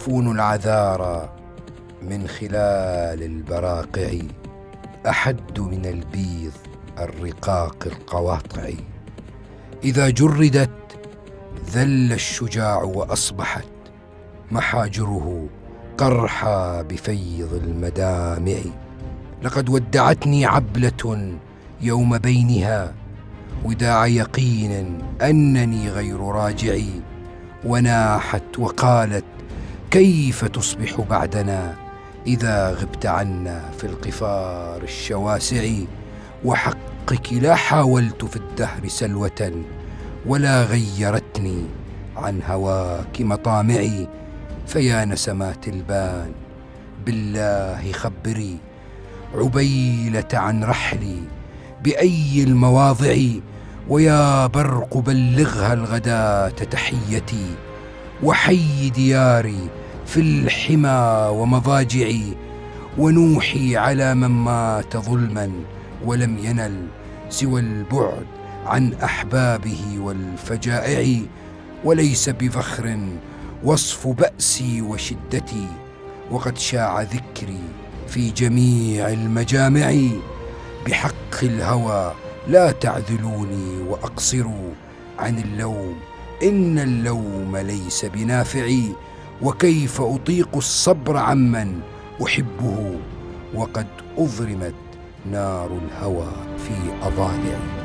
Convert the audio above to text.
يصفون العذارى من خلال البراقع، أحد من البيض الرقاق القواطع. إذا جردت ذل الشجاع وأصبحت محاجره قرحى بفيض المدامع. لقد ودعتني عبلة يوم بينها وداع يقين أنني غير راجع، وناحت وقالت كيف تصبح بعدنا إذا غبت عنا في القفار الشواسع. وحقك لا حاولت في الدهر سلوة ولا غيرتني عن هواك مطامعي. فيا نسمات البان بالله خبري عبيلة عن رحلي بأي المواضع، ويا برق بلغها الغداة تحيتي، وحي دياري في الحمى ومضاجعي. ونوحي على من مات ظلما ولم ينل سوى البعد عن أحبابه والفجائع. وليس بفخر وصف بأسي وشدتي، وقد شاع ذكري في جميع المجامع. بحق الهوى لا تعذلوني وأقصروا عن اللوم، إن اللوم ليس بنافع. وكيف أطيق الصبر عمن أحبه وقد أضرمت نار الهوى في أضالعي.